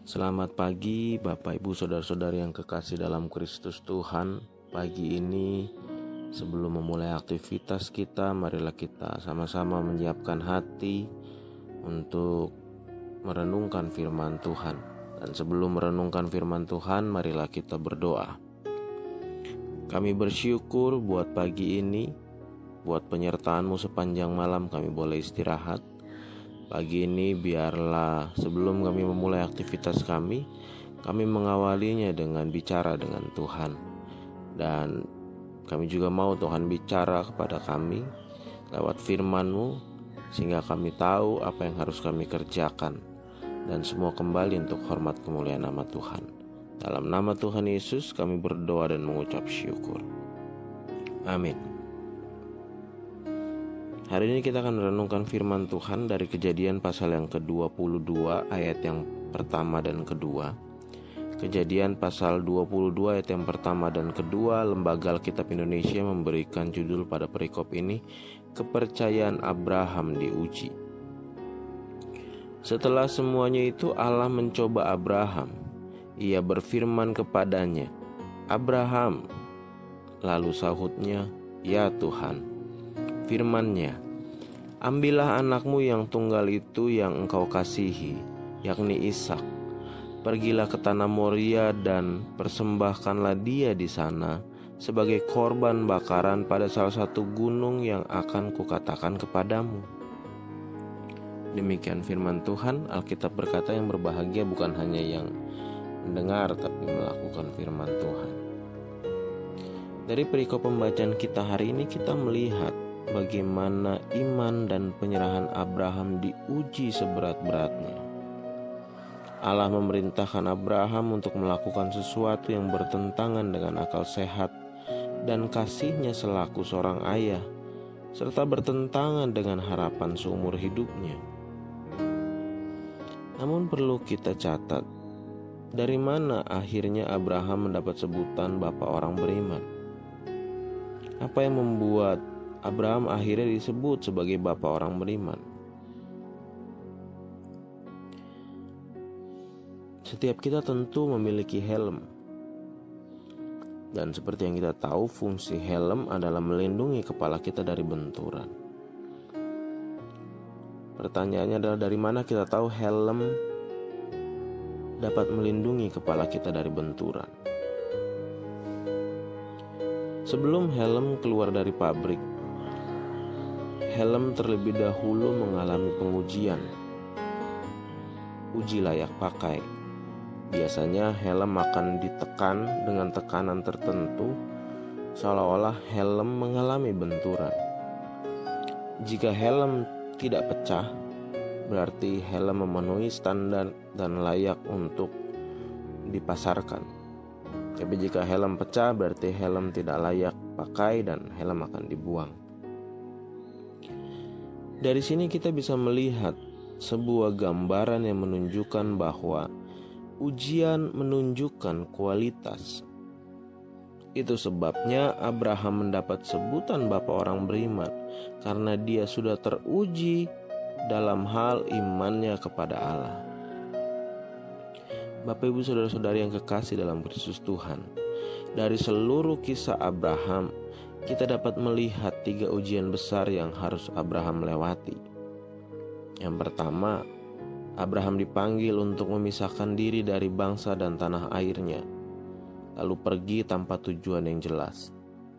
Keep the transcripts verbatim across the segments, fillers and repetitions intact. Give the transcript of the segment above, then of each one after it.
Selamat pagi Bapak Ibu Saudara-saudari yang kekasih dalam Kristus Tuhan. Pagi ini sebelum memulai aktivitas kita, marilah kita sama-sama menyiapkan hati untuk merenungkan firman Tuhan. Dan sebelum merenungkan firman Tuhan, marilah kita berdoa. Kami bersyukur buat pagi ini, buat penyertaan-Mu sepanjang malam kami boleh istirahat. Pagi ini biarlah sebelum kami memulai aktivitas kami, kami mengawalinya dengan bicara dengan Tuhan. Dan kami juga mau Tuhan bicara kepada kami lewat firman-Mu, sehingga kami tahu apa yang harus kami kerjakan. Dan semua kembali untuk hormat kemuliaan nama Tuhan. Dalam nama Tuhan Yesus kami berdoa dan mengucap syukur. Amin. Hari ini kita akan merenungkan firman Tuhan dari Kejadian pasal yang ke dua puluh dua ayat yang pertama dan kedua. Kejadian pasal dua puluh dua ayat yang pertama dan kedua, Lembaga Alkitab Indonesia memberikan judul pada perikop ini, Kepercayaan Abraham diuji. Setelah semuanya itu Allah mencoba Abraham. Ia berfirman kepadanya, "Abraham." Lalu sahutnya, "Ya Tuhan." Firman-Nya, "Ambillah anakmu yang tunggal itu yang engkau kasihi, yakni Ishak. Pergilah ke tanah Moria dan persembahkanlah dia di sana sebagai korban bakaran pada salah satu gunung yang akan kukatakan kepadamu." Demikian firman Tuhan. Alkitab berkata yang berbahagia bukan hanya yang mendengar tapi melakukan firman Tuhan. Dari perikop pembacaan kita hari ini kita melihat bagaimana iman dan penyerahan Abraham diuji seberat-beratnya. Allah memerintahkan Abraham untuk melakukan sesuatu yang bertentangan dengan akal sehat dan kasihnya selaku seorang ayah, serta bertentangan dengan harapan seumur hidupnya. Namun perlu kita catat, dari mana akhirnya Abraham mendapat sebutan Bapa orang beriman? Apa yang membuat Abraham akhirnya disebut sebagai bapa orang beriman? Setiap kita tentu memiliki helm. Dan seperti yang kita tahu, fungsi helm adalah melindungi kepala kita dari benturan. Pertanyaannya adalah, dari mana kita tahu helm dapat melindungi kepala kita dari benturan? Sebelum helm keluar dari pabrik, helm terlebih dahulu mengalami pengujian, uji layak pakai. Biasanya helm akan ditekan dengan tekanan tertentu, seolah-olah helm mengalami benturan. Jika helm tidak pecah, berarti helm memenuhi standar dan layak untuk dipasarkan. Tapi jika helm pecah, berarti helm tidak layak pakai dan helm akan dibuang. Dari sini kita bisa melihat sebuah gambaran yang menunjukkan bahwa ujian menunjukkan kualitas. Itu sebabnya Abraham mendapat sebutan bapa orang beriman, karena dia sudah teruji dalam hal imannya kepada Allah. Bapak Ibu Saudara-saudari yang kekasih dalam Kristus Tuhan, dari seluruh kisah Abraham, kita dapat melihat tiga ujian besar yang harus Abraham lewati. Yang pertama, Abraham dipanggil untuk memisahkan diri dari bangsa dan tanah airnya, lalu pergi tanpa tujuan yang jelas.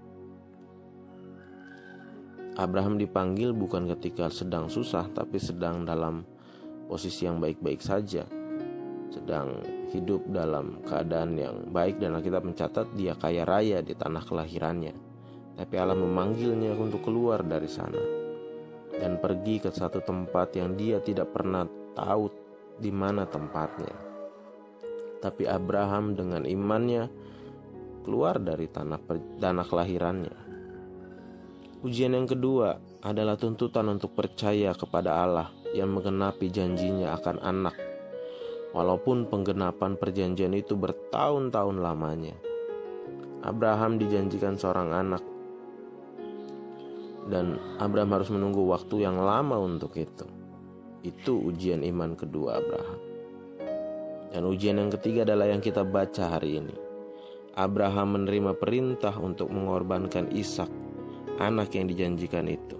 Abraham dipanggil bukan ketika sedang susah, tapi sedang dalam posisi yang baik-baik saja, sedang hidup dalam keadaan yang baik, dan Alkitab mencatat dia kaya raya di tanah kelahirannya. Tapi Allah memanggilnya untuk keluar dari sana dan pergi ke satu tempat yang dia tidak pernah tahu di mana tempatnya. Tapi Abraham dengan imannya keluar dari tanah tanah kelahirannya. Ujian yang kedua adalah tuntutan untuk percaya kepada Allah yang menggenapi janjinya akan anak, walaupun penggenapan perjanjian itu bertahun-tahun lamanya. Abraham dijanjikan seorang anak, dan Abraham harus menunggu waktu yang lama untuk itu. Itu ujian iman kedua Abraham. Dan ujian yang ketiga adalah yang kita baca hari ini. Abraham menerima perintah untuk mengorbankan Ishak, anak yang dijanjikan itu.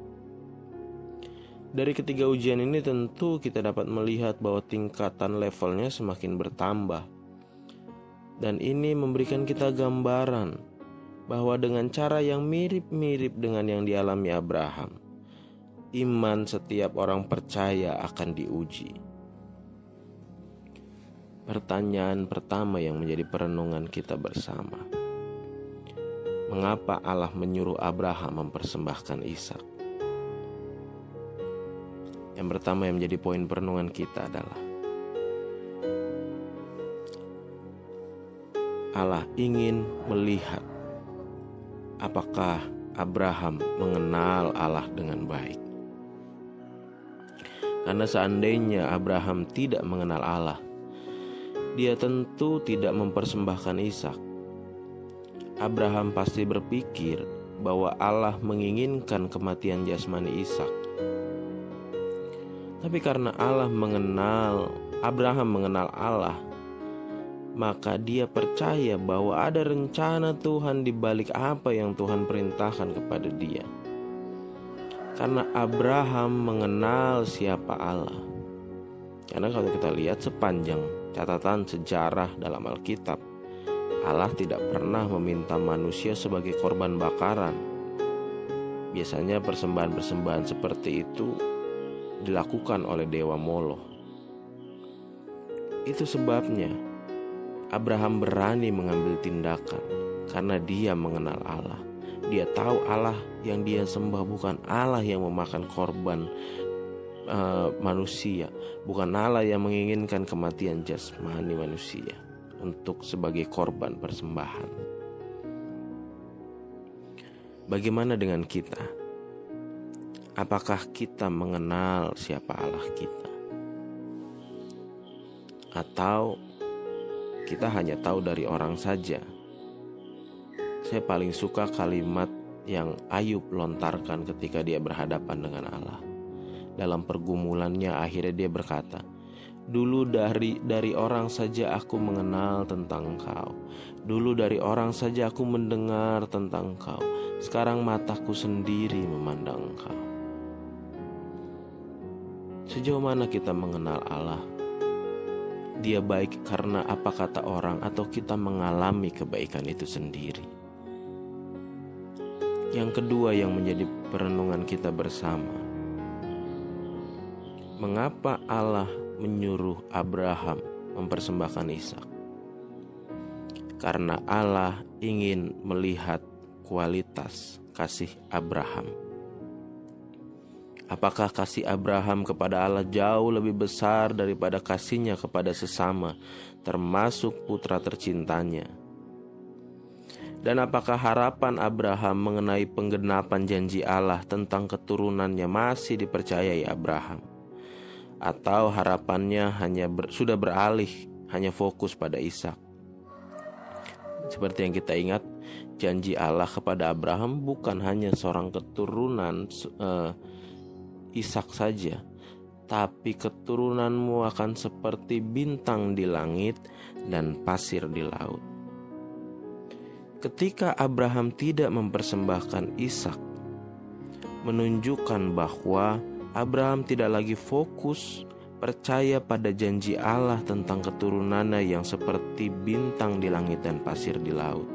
Dari ketiga ujian ini tentu kita dapat melihat bahwa tingkatan levelnya semakin bertambah. Dan ini memberikan kita gambaran bahwa dengan cara yang mirip-mirip dengan yang dialami Abraham, iman setiap orang percaya akan diuji. Pertanyaan pertama yang menjadi perenungan kita bersama: mengapa Allah menyuruh Abraham mempersembahkan Ishak? Yang pertama yang menjadi poin perenungan kita adalah Allah ingin melihat apakah Abraham mengenal Allah dengan baik. Karena seandainya Abraham tidak mengenal Allah, dia tentu tidak mempersembahkan Ishak. Abraham pasti berpikir bahwa Allah menginginkan kematian jasmani Ishak. Tapi karena Allah mengenal, Abraham mengenal Allah, maka dia percaya bahwa ada rencana Tuhan di balik apa yang Tuhan perintahkan kepada dia. Karena Abraham mengenal siapa Allah. Karena kalau kita lihat sepanjang catatan sejarah dalam Alkitab, Allah tidak pernah meminta manusia sebagai korban bakaran. Biasanya persembahan-persembahan seperti itu dilakukan oleh dewa Moloch. Itu sebabnya Abraham berani mengambil tindakan karena dia mengenal Allah. Dia tahu Allah yang dia sembah bukan Allah yang memakan korban uh, manusia, bukan Allah yang menginginkan kematian jasmani manusia untuk sebagai korban persembahan. Bagaimana dengan kita? Apakah kita mengenal siapa Allah kita? Atau kita hanya tahu dari orang saja? Saya paling suka kalimat yang Ayub lontarkan ketika dia berhadapan dengan Allah. Dalam pergumulannya akhirnya dia berkata, "Dulu dari dari orang saja aku mengenal tentang Engkau. Dulu dari orang saja aku mendengar tentang Engkau. Sekarang mataku sendiri memandang Engkau." Sejauh mana kita mengenal Allah? Dia baik karena apa kata orang atau kita mengalami kebaikan itu sendiri? Yang kedua yang menjadi perenungan kita bersama, mengapa Allah menyuruh Abraham mempersembahkan Ishak? Karena Allah ingin melihat kualitas kasih Abraham. Apakah kasih Abraham kepada Allah jauh lebih besar daripada kasihnya kepada sesama, termasuk putra tercintanya? Dan apakah harapan Abraham mengenai penggenapan janji Allah tentang keturunannya masih dipercayai Abraham? Atau harapannya hanya ber, sudah beralih, hanya fokus pada Ishak? Seperti yang kita ingat, janji Allah kepada Abraham bukan hanya seorang keturunan uh, Ishak saja, tapi keturunanmu akan seperti bintang di langit dan pasir di laut. Ketika Abraham tidak mempersembahkan Ishak, menunjukkan bahwa Abraham tidak lagi fokus percaya pada janji Allah tentang keturunannya yang seperti bintang di langit dan pasir di laut.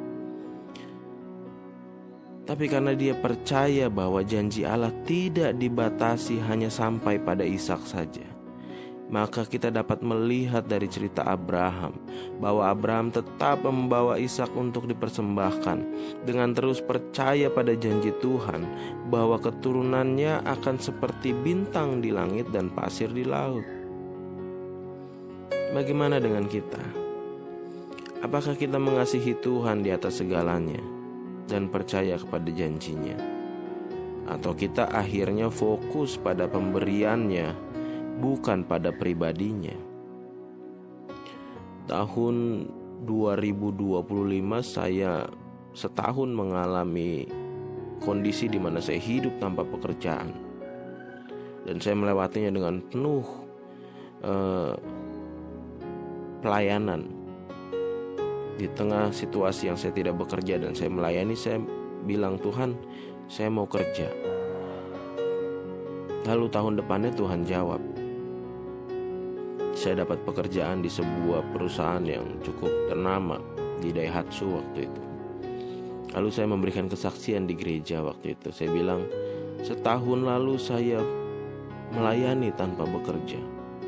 Tapi karena dia percaya bahwa janji Allah tidak dibatasi hanya sampai pada Ishak saja, maka kita dapat melihat dari cerita Abraham bahwa Abraham tetap membawa Ishak untuk dipersembahkan dengan terus percaya pada janji Tuhan bahwa keturunannya akan seperti bintang di langit dan pasir di laut. Bagaimana dengan kita? Apakah kita mengasihi Tuhan di atas segalanya dan percaya kepada janjinya? Atau kita akhirnya fokus pada pemberiannya, bukan pada pribadinya? Tahun dua ribu dua puluh lima saya setahun mengalami kondisi di mana saya hidup tanpa pekerjaan. Dan saya melewatinya dengan penuh uh, pelayanan. Di tengah situasi yang saya tidak bekerja dan saya melayani, saya bilang, Tuhan, saya mau kerja. Lalu tahun depannya Tuhan jawab. Saya dapat pekerjaan di sebuah perusahaan yang cukup ternama di Daihatsu waktu itu. Lalu saya memberikan kesaksian di gereja waktu itu. Saya bilang, setahun lalu saya melayani tanpa bekerja.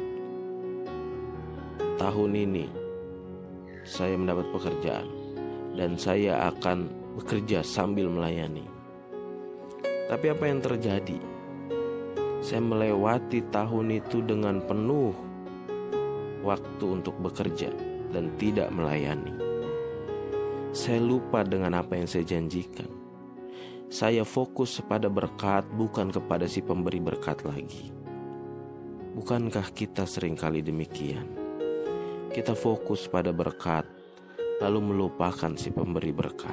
Tahun ini saya mendapat pekerjaan dan saya akan bekerja sambil melayani. Tapi apa yang terjadi? Saya melewati tahun itu dengan penuh waktu untuk bekerja dan tidak melayani. Saya lupa dengan apa yang saya janjikan. Saya fokus pada berkat, bukan kepada si pemberi berkat lagi. Bukankah kita seringkali demikian? Kita fokus pada berkat, lalu melupakan si pemberi berkat.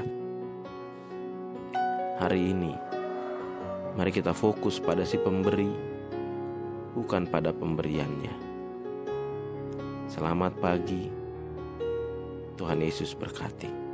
Hari ini, mari kita fokus pada si pemberi, bukan pada pemberiannya. Selamat pagi, Tuhan Yesus berkati.